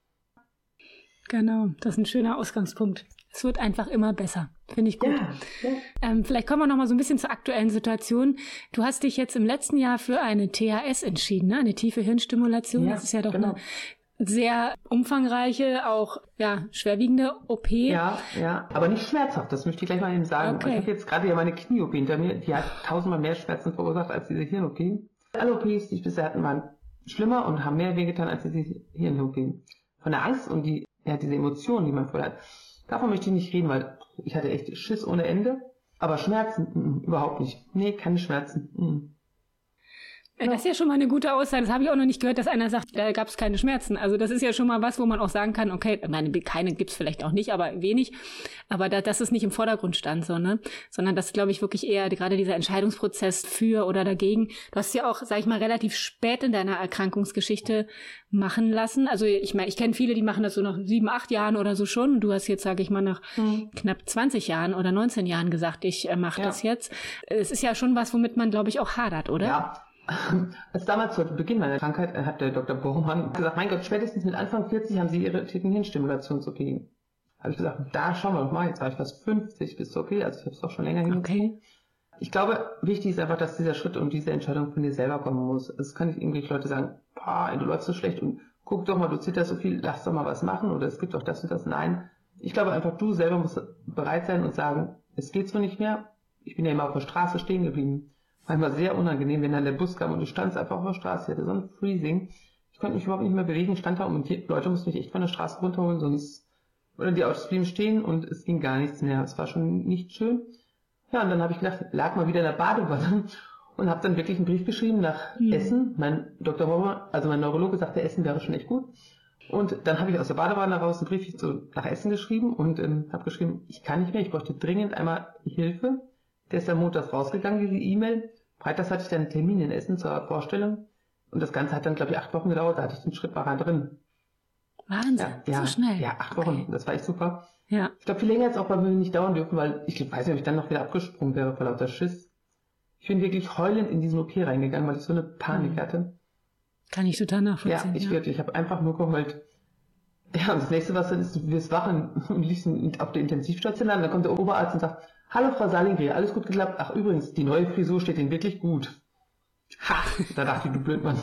Genau, das ist ein schöner Ausgangspunkt. Es wird einfach immer besser. Finde ich gut. Ja. Vielleicht kommen wir noch mal so ein bisschen zur aktuellen Situation. Du hast dich jetzt im letzten Jahr für eine THS entschieden, ne? Eine tiefe Hirnstimulation. Das ist ja doch eine sehr umfangreiche, auch schwerwiegende OP. Ja, aber nicht schmerzhaft, das möchte ich gleich mal eben sagen. Okay. Ich habe jetzt gerade meine Knie-OP hinter mir, die hat 1000-mal mehr Schmerzen verursacht als diese Hirn-OP. Alle OPs, die ich bisher hatten, waren schlimmer und haben mehr wehgetan als diese Hirn-OP. Von der Angst und diese Emotionen, die man vorher hat, davon möchte ich nicht reden, weil ich hatte echt Schiss ohne Ende. Aber Schmerzen, überhaupt nicht. Nee, keine Schmerzen. Das ist ja schon mal eine gute Aussage. Das habe ich auch noch nicht gehört, dass einer sagt, da gab es keine Schmerzen. Also das ist ja schon mal was, wo man auch sagen kann, okay, keine gibt's vielleicht auch nicht, aber wenig. Aber dass es nicht im Vordergrund stand, sondern das, glaube ich, wirklich eher gerade dieser Entscheidungsprozess für oder dagegen. Du hast ja auch, sag ich mal, relativ spät in deiner Erkrankungsgeschichte machen lassen. Also ich meine, ich kenne viele, die machen das so nach 7, 8 Jahren oder so schon. Du hast jetzt, sage ich mal, nach knapp 20 Jahren oder 19 Jahren gesagt, ich mache das jetzt. Es ist ja schon was, womit man, glaube ich, auch hadert, oder? Ja. Als damals zu Beginn meiner Krankheit hat der Dr. Bormann gesagt, mein Gott, spätestens mit Anfang 40 haben Sie Ihre Hirnstimulations-OP. Habe ich gesagt, da schauen wir doch mal, jetzt war ich fast 50 bis zur OP, also ich habe es auch schon länger hinbekommen. Okay. Ich glaube, wichtig ist einfach, dass dieser Schritt und diese Entscheidung von dir selber kommen muss. Es kann nicht irgendwelche Leute sagen, du läufst so schlecht und guck doch mal, du zitterst so viel, lass doch mal was machen oder es gibt doch das und das. Nein, ich glaube einfach, du selber musst bereit sein und sagen, es geht so nicht mehr. Ich bin ja immer auf der Straße stehen geblieben. Manchmal sehr unangenehm, wenn dann der Bus kam und du standst einfach auf der Straße, ich hatte so ein Freezing. Ich konnte mich überhaupt nicht mehr bewegen, stand da und die Leute mussten mich echt von der Straße runterholen, sonst, oder die Autos blieben stehen und es ging gar nichts mehr. Es war schon nicht schön. Ja, und dann habe ich gedacht, lag mal wieder in der Badewanne und habe dann wirklich einen Brief geschrieben nach Essen. Mein Dr. Hormer, also mein Neurologe, sagte, Essen wäre schon echt gut. Und dann habe ich aus der Badewanne raus einen Brief nach Essen geschrieben und habe geschrieben, ich kann nicht mehr, ich bräuchte dringend einmal Hilfe. Der ist am Montag rausgegangen, diese E-Mail. Freitags hatte ich dann einen Termin in Essen zur Vorstellung. Und das Ganze hat dann, glaube ich, 8 Wochen gedauert. Da hatte ich den Schrittmacher drin. Wahnsinn, so schnell. Ja, 8 Wochen. Okay. Das war echt super. Ja. Ich glaube, viel länger jetzt auch bei mir nicht dauern dürfen, weil ich weiß nicht, ob ich dann noch wieder abgesprungen wäre vor lauter Schiss. Ich bin wirklich heulend in diesen OP reingegangen, weil ich so eine Panik hatte. Kann ich total nachvollziehen. Ja, ich habe einfach nur geheult. Ja, und das nächste, was dann ist, du wirst wach und liegst auf der Intensivstation an, dann kommt der Oberarzt und sagt, hallo Frau Salingri, alles gut geklappt? Ach übrigens, die neue Frisur steht Ihnen wirklich gut. Ha, da dachte ich, du Blödmann.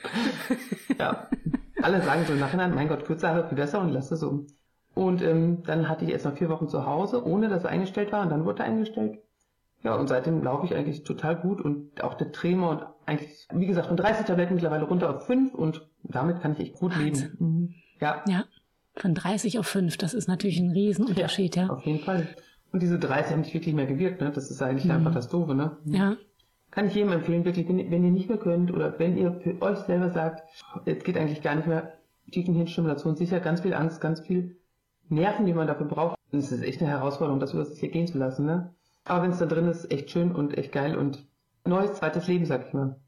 Ja, alle sagen so im Nachhinein, mein Gott, kürzer Haare viel besser und lass es so. Und dann hatte ich erst mal 4 Wochen zu Hause, ohne dass er eingestellt war und dann wurde er eingestellt. Ja, und seitdem laufe ich eigentlich total gut und auch der Tremor und eigentlich, wie gesagt, von 30 Tabletten mittlerweile runter auf 5 und damit kann ich echt gut leben. Mhm. Ja. Ja, von 30 auf 5, das ist natürlich ein Riesenunterschied, ja. Auf jeden Fall. Und diese 30 haben nicht wirklich mehr gewirkt, ne? Das ist eigentlich einfach das Doofe, ne? Ja. Kann ich jedem empfehlen, wirklich, wenn ihr nicht mehr könnt oder wenn ihr für euch selber sagt, es geht eigentlich gar nicht mehr, Tiefenhirnstimulation, sicher ganz viel Angst, ganz viel Nerven, die man dafür braucht. Und es ist echt eine Herausforderung, das über sich hier gehen zu lassen, ne? Aber wenn es da drin ist, echt schön und echt geil und neues, zweites Leben, sag ich mal.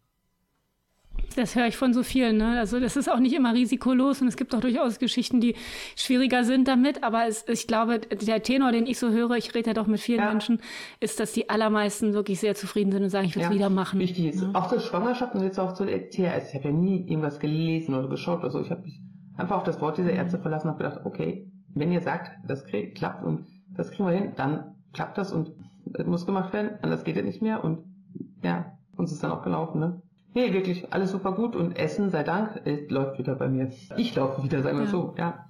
Das höre ich von so vielen, ne? Also das ist auch nicht immer risikolos und es gibt auch durchaus Geschichten, die schwieriger sind damit, aber ich glaube, der Tenor, den ich so höre, ich rede ja doch mit vielen Menschen, ist, dass die allermeisten wirklich sehr zufrieden sind und sagen, ich will es wieder machen. Wichtig ist, auch zur Schwangerschaft und jetzt auch zur THS. Ich habe ja nie irgendwas gelesen oder geschaut oder so. Ich habe mich einfach auf das Wort dieser Ärzte verlassen und habe gedacht, okay, wenn ihr sagt, das klappt und das kriegen wir hin, dann klappt das und es muss gemacht werden, anders geht es nicht mehr und ja, uns ist dann auch gelaufen, ne? Nee, wirklich, alles super gut und Essen, sei Dank, läuft wieder bei mir. Ich laufe wieder, sagen wir so, ja.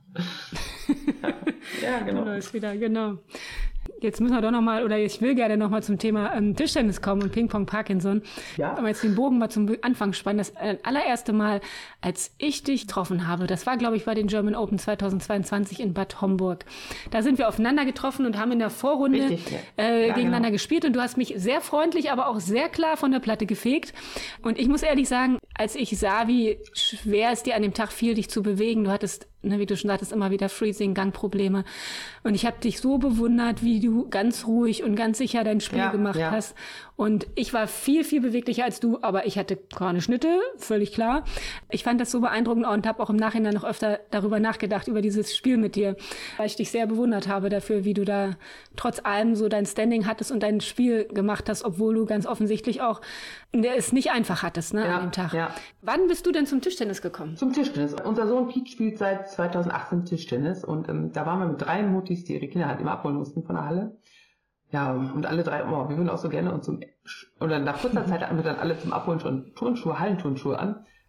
Ja, genau. Du läufst wieder, genau. Jetzt müssen wir doch nochmal, oder ich will gerne nochmal zum Thema Tischtennis kommen und Ping-Pong Parkinson. Ja. Aber jetzt den Bogen mal zum Anfang spannen. Das allererste Mal, als ich dich getroffen habe, das war, glaube ich, bei den German Open 2022 in Bad Homburg. Da sind wir aufeinander getroffen und haben in der Vorrunde gegeneinander gespielt. Und du hast mich sehr freundlich, aber auch sehr klar von der Platte gefegt. Und ich muss ehrlich sagen, als ich sah, wie schwer es dir an dem Tag fiel, dich zu bewegen, du hattest, wie du schon sagtest, immer wieder Freezing, Gangprobleme. Und ich habe dich so bewundert, wie du ganz ruhig und ganz sicher dein Spiel gemacht hast. Und ich war viel, viel beweglicher als du, aber ich hatte keine Schnitte, völlig klar. Ich fand das so beeindruckend und habe auch im Nachhinein noch öfter darüber nachgedacht, über dieses Spiel mit dir, weil ich dich sehr bewundert habe dafür, wie du da trotz allem so dein Standing hattest und dein Spiel gemacht hast, obwohl du ganz offensichtlich auch es nicht einfach hattest, ne, an dem Tag. Ja. Wann bist du denn zum Tischtennis gekommen? Zum Tischtennis. Unser Sohn Pete spielt seit 2018 Tischtennis und da waren wir mit 3 Mutis, die ihre Kinder halt immer abholen mussten von der Halle. Ja, und alle 3, wir würden auch so gerne oder nach kurzer Zeit hatten wir dann alle zum Abholen schon Turnschuhe, Hallenturnschuhe an,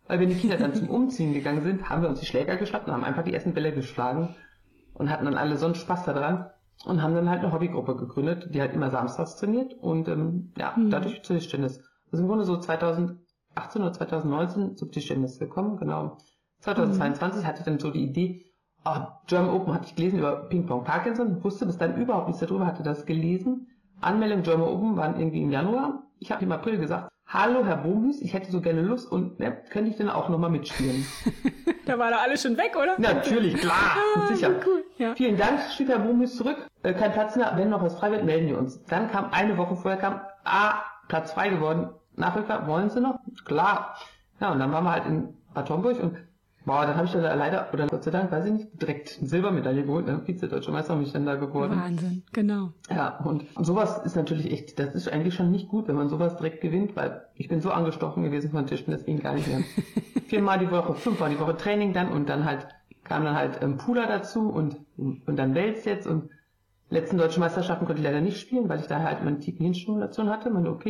Weil wenn die Kinder dann zum Umziehen gegangen sind, haben wir uns die Schläger geschnappt und haben einfach die ersten Bälle geschlagen und hatten dann alle so einen Spaß daran und haben dann halt eine Hobbygruppe gegründet, die halt immer samstags trainiert und dadurch zu Tischtennis. Also im Grunde so 2018 oder 2019 zum Tischtennis gekommen, genau. 2022 hatte ich dann so die Idee, German Open hatte ich gelesen über Ping-Pong Parkinson, wusste bis dann überhaupt nichts darüber, hatte das gelesen. Anmeldung German Open waren irgendwie im Januar. Ich habe im April gesagt, hallo Herr Bohmhüß, ich hätte so gerne Lust und könnte ich denn auch nochmal mitspielen? Da war da alles schon weg, oder? Ja, natürlich, klar, sicher. Cool, ja. Vielen Dank, schrieb Herr Bohmhüß zurück. Kein Platz mehr, wenn noch was frei wird, melden wir uns. Dann kam eine Woche vorher, Platz frei geworden. Nachrücker, wollen Sie noch? Klar. Ja, und dann waren wir halt in Bad Homburg und dann habe ich dann leider, oder Gott sei Dank, weiß ich nicht, direkt eine Silbermedaille geholt, ne? Vize-Deutscher Meister habe ich dann da geworden. Wahnsinn, genau. Ja, und sowas ist natürlich echt, das ist eigentlich schon nicht gut, wenn man sowas direkt gewinnt, weil ich bin so angestochen gewesen von Tischtennis, das ging gar nicht mehr. 4-mal die Woche, 5-mal die Woche Training dann und dann halt, kam dann halt Pula dazu und dann Wels jetzt und letzten deutschen Meisterschaften konnte ich leider nicht spielen, weil ich da halt meine tiefen Hirnstimulation hatte, meine OP.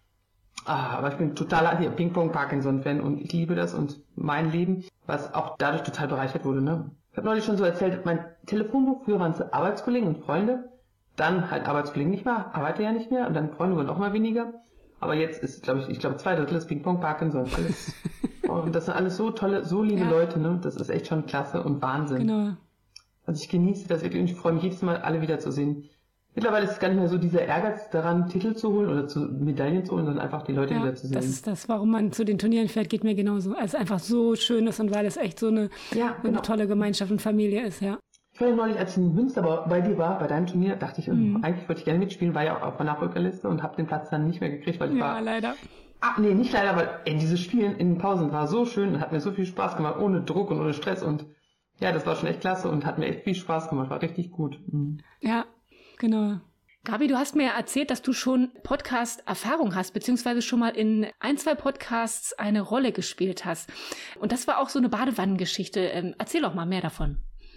Aber ich bin totaler Ping-Pong-Parkinson-Fan und ich liebe das und mein Leben, was auch dadurch total bereichert wurde. Ne? Ich habe neulich schon so erzählt, mein Telefonbuch, früher waren es Arbeitskollegen und Freunde, dann halt Arbeitskollegen nicht mehr, arbeite ja nicht mehr und dann Freunde wurden auch mal weniger. Aber jetzt ist, glaube ich 2/3 ist Ping-Pong-Parkinson. Alles. Und das sind alles so tolle, so liebe Leute, ne? Das ist echt schon klasse und Wahnsinn. Genau. Also ich genieße das wirklich und ich freue mich jedes Mal, alle wiederzusehen. Mittlerweile ist es gar nicht mehr so dieser Ehrgeiz daran, Titel zu holen oder Medaillen zu holen, sondern einfach die Leute wiederzusehen. Das ist das, warum man zu den Turnieren fährt, geht mir genauso. Also einfach so schön ist und weil es echt so eine tolle Gemeinschaft und Familie ist, ja. Ich war ja neulich, als ich in Münster bei dir war, bei deinem Turnier, dachte ich, eigentlich wollte ich gerne mitspielen, war ja auch auf der Nachrückerliste und habe den Platz dann nicht mehr gekriegt, weil ich war... Ja, leider. Nee, nicht leider, weil dieses Spielen in den Pausen war so schön und hat mir so viel Spaß gemacht, ohne Druck und ohne Stress und ja, das war schon echt klasse und hat mir echt viel Spaß gemacht, war richtig gut. Ja. Genau. Gabi, du hast mir erzählt, dass du schon Podcast-Erfahrung hast, beziehungsweise schon mal in 1-2 Podcasts eine Rolle gespielt hast. Und das war auch so eine Badewannengeschichte. Erzähl doch mal mehr davon.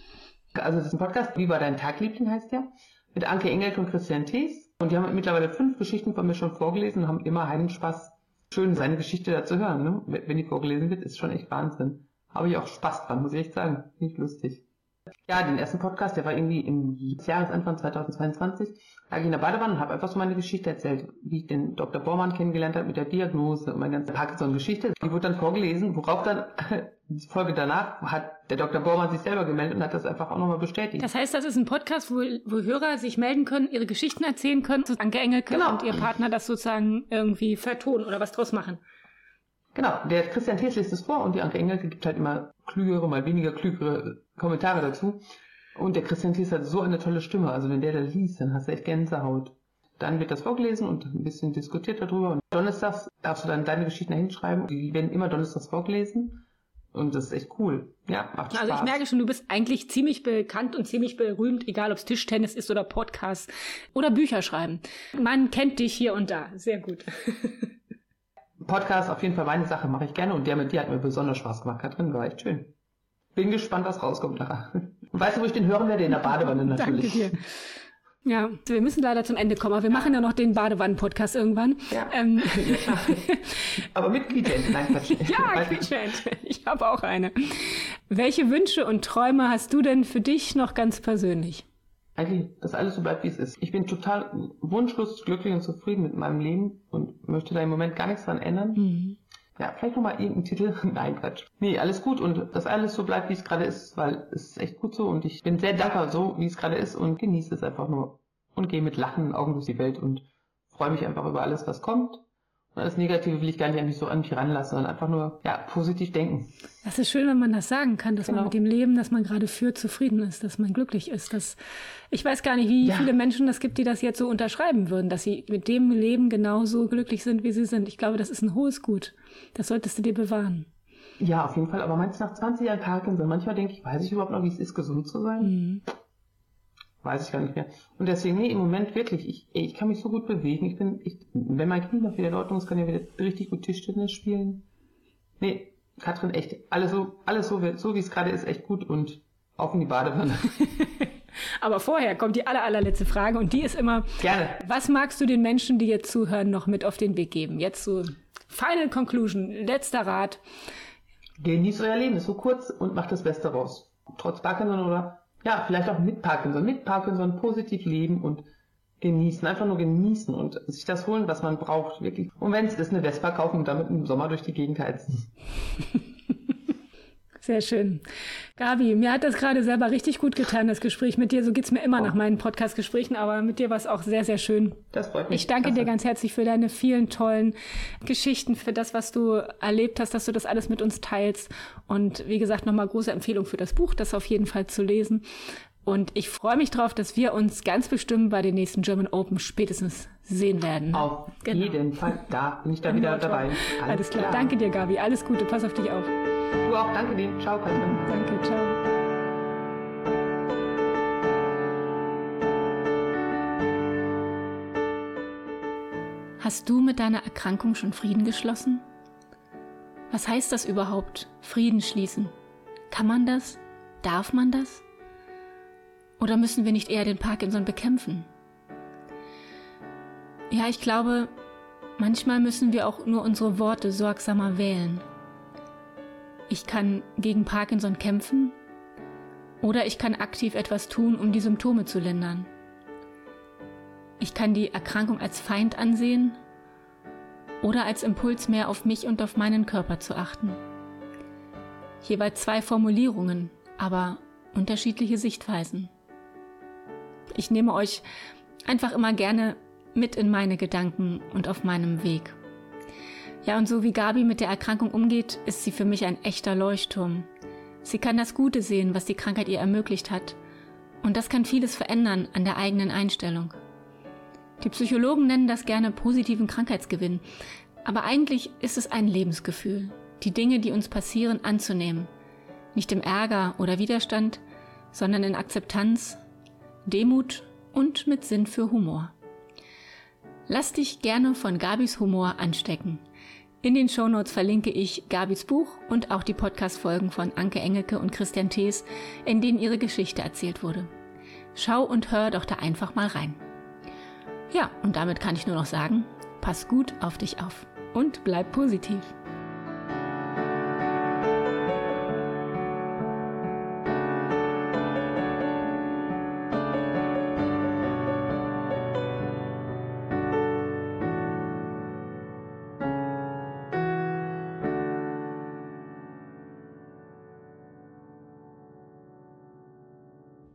Also das ist ein Podcast, Wie war dein Tag, Liebling, heißt der, mit Anke Engelke und Christian Thees. Und die haben mittlerweile 5 Geschichten von mir schon vorgelesen und haben immer einen Spaß, schön seine Geschichte da zu hören. Ne? Wenn die vorgelesen wird, ist schon echt Wahnsinn. Habe ich auch Spaß dran, muss ich echt sagen. Nicht lustig. Ja, den ersten Podcast, der war irgendwie im Jahresanfang 2022, lag ich in der Badewanne und habe einfach so meine Geschichte erzählt, wie ich den Dr. Bormann kennengelernt habe mit der Diagnose und meine ganze Parkinson-Geschichte. Die wurde dann vorgelesen, worauf dann die Folge danach hat der Dr. Bormann sich selber gemeldet und hat das einfach auch nochmal bestätigt. Das heißt, das ist ein Podcast, wo Hörer sich melden können, ihre Geschichten erzählen können, Anke Engelke und ihr Partner das sozusagen irgendwie vertonen oder was draus machen. Genau, der Christian Thees liest es vor und die Anke Engelke gibt halt immer klügere, mal weniger klügere Kommentare dazu. Und der Christian Thees hat so eine tolle Stimme, also wenn der da liest, dann hast du echt Gänsehaut. Dann wird das vorgelesen und ein bisschen diskutiert darüber. Und donnerstags darfst du dann deine Geschichten hinschreiben. Die werden immer donnerstags vorgelesen. Und das ist echt cool. Ja, macht Spaß. Also ich merke schon, du bist eigentlich ziemlich bekannt und ziemlich berühmt, egal ob es Tischtennis ist oder Podcast oder Bücher schreiben. Man kennt dich hier und da. Sehr gut. Podcast auf jeden Fall meine Sache, mache ich gerne und der mit dir hat mir besonders Spaß gemacht, Katrin, war echt schön. Bin gespannt, was rauskommt nachher. Und weißt du, wo ich den hören werde? In der Badewanne natürlich. Danke dir. Ja, wir müssen leider zum Ende kommen, aber wir machen ja noch den Badewannen-Podcast irgendwann. Ja. Aber mit Quietschent, nein, Quatsch. Ja, Quietschent, ich habe auch eine. Welche Wünsche und Träume hast du denn für dich noch ganz persönlich? Eigentlich, dass alles so bleibt, wie es ist. Ich bin total wunschlos, glücklich und zufrieden mit meinem Leben und möchte da im Moment gar nichts dran ändern. Mhm. Ja, vielleicht nochmal irgendeinen Titel. Nein, Quatsch. Nee, alles gut und dass alles so bleibt, wie es gerade ist, weil es ist echt gut so und ich bin sehr dankbar so, wie es gerade ist und genieße es einfach nur und gehe mit lachenden Augen durch die Welt und freue mich einfach über alles, was kommt. Und das Negative will ich gar nicht an mich ranlassen, sondern einfach nur, positiv denken. Das ist schön, wenn man das sagen kann, dass man mit dem Leben, das man gerade führt, zufrieden ist, dass man glücklich ist. Ich weiß gar nicht, wie viele Menschen es gibt, die das jetzt so unterschreiben würden, dass sie mit dem Leben genauso glücklich sind, wie sie sind. Ich glaube, das ist ein hohes Gut. Das solltest du dir bewahren. Ja, auf jeden Fall. Aber meinst du nach 20 Jahren Parkinson? Manchmal denke ich, weiß ich überhaupt noch, wie es ist, gesund zu sein? Mhm. Weiß ich gar nicht mehr. Und deswegen, im Moment wirklich, ich kann mich so gut bewegen. Wenn mein Knie noch wieder in Ordnung ist, kann ich wieder richtig gut Tischtennis spielen. Nee, Katrin, echt, alles so wie es gerade ist, echt gut und auf in die Badewanne. Aber vorher kommt die allerletzte Frage und die ist immer, gerne. Was magst du den Menschen, die jetzt zuhören, noch mit auf den Weg geben? Jetzt so Final Conclusion, letzter Rat. Genießt euer Leben, ist so kurz und macht das Beste raus. Trotz Parkinson oder, ja, vielleicht auch mit Parkinson positiv leben und genießen, einfach nur genießen und sich das holen, was man braucht, wirklich. Und wenn es ist, eine Vespa kaufen und damit im Sommer durch die Gegend heizen. Sehr schön. Gabi, mir hat das gerade selber richtig gut getan, das Gespräch mit dir. So geht's mir immer nach meinen Podcast-Gesprächen, aber mit dir war es auch sehr, sehr schön. Das freut mich. Ich danke dir ganz herzlich für deine vielen tollen Geschichten, für das, was du erlebt hast, dass du das alles mit uns teilst. Und wie gesagt, nochmal große Empfehlung für das Buch, das auf jeden Fall zu lesen. Und ich freue mich drauf, dass wir uns ganz bestimmt bei den nächsten German Open spätestens sehen werden. Auf jeden Fall, da bin ich da wieder dabei. Alles klar. Danke dir, Gabi. Alles Gute. Pass auf dich auf. Du auch. Danke dir. Ciao, Katrin. Danke. Ciao. Hast du mit deiner Erkrankung schon Frieden geschlossen? Was heißt das überhaupt, Frieden schließen? Kann man das? Darf man das? Oder müssen wir nicht eher den Parkinson bekämpfen? Ja, ich glaube, manchmal müssen wir auch nur unsere Worte sorgsamer wählen. Ich kann gegen Parkinson kämpfen oder ich kann aktiv etwas tun, um die Symptome zu lindern. Ich kann die Erkrankung als Feind ansehen oder als Impuls, mehr auf mich und auf meinen Körper zu achten. Jeweils 2 Formulierungen, aber unterschiedliche Sichtweisen. Ich nehme euch einfach immer gerne mit in meine Gedanken und auf meinem Weg. Ja, und so wie Gabi mit der Erkrankung umgeht, ist sie für mich ein echter Leuchtturm. Sie kann das Gute sehen, was die Krankheit ihr ermöglicht hat. Und das kann vieles verändern an der eigenen Einstellung. Die Psychologen nennen das gerne positiven Krankheitsgewinn. Aber eigentlich ist es ein Lebensgefühl, die Dinge, die uns passieren, anzunehmen. Nicht im Ärger oder Widerstand, sondern in Akzeptanz, Demut und mit Sinn für Humor. Lass dich gerne von Gabis Humor anstecken. In den Shownotes verlinke ich Gabis Buch und auch die Podcast-Folgen von Anke Engelke und Christian Thees, in denen ihre Geschichte erzählt wurde. Schau und hör doch da einfach mal rein. Ja, und damit kann ich nur noch sagen, pass gut auf dich auf und bleib positiv.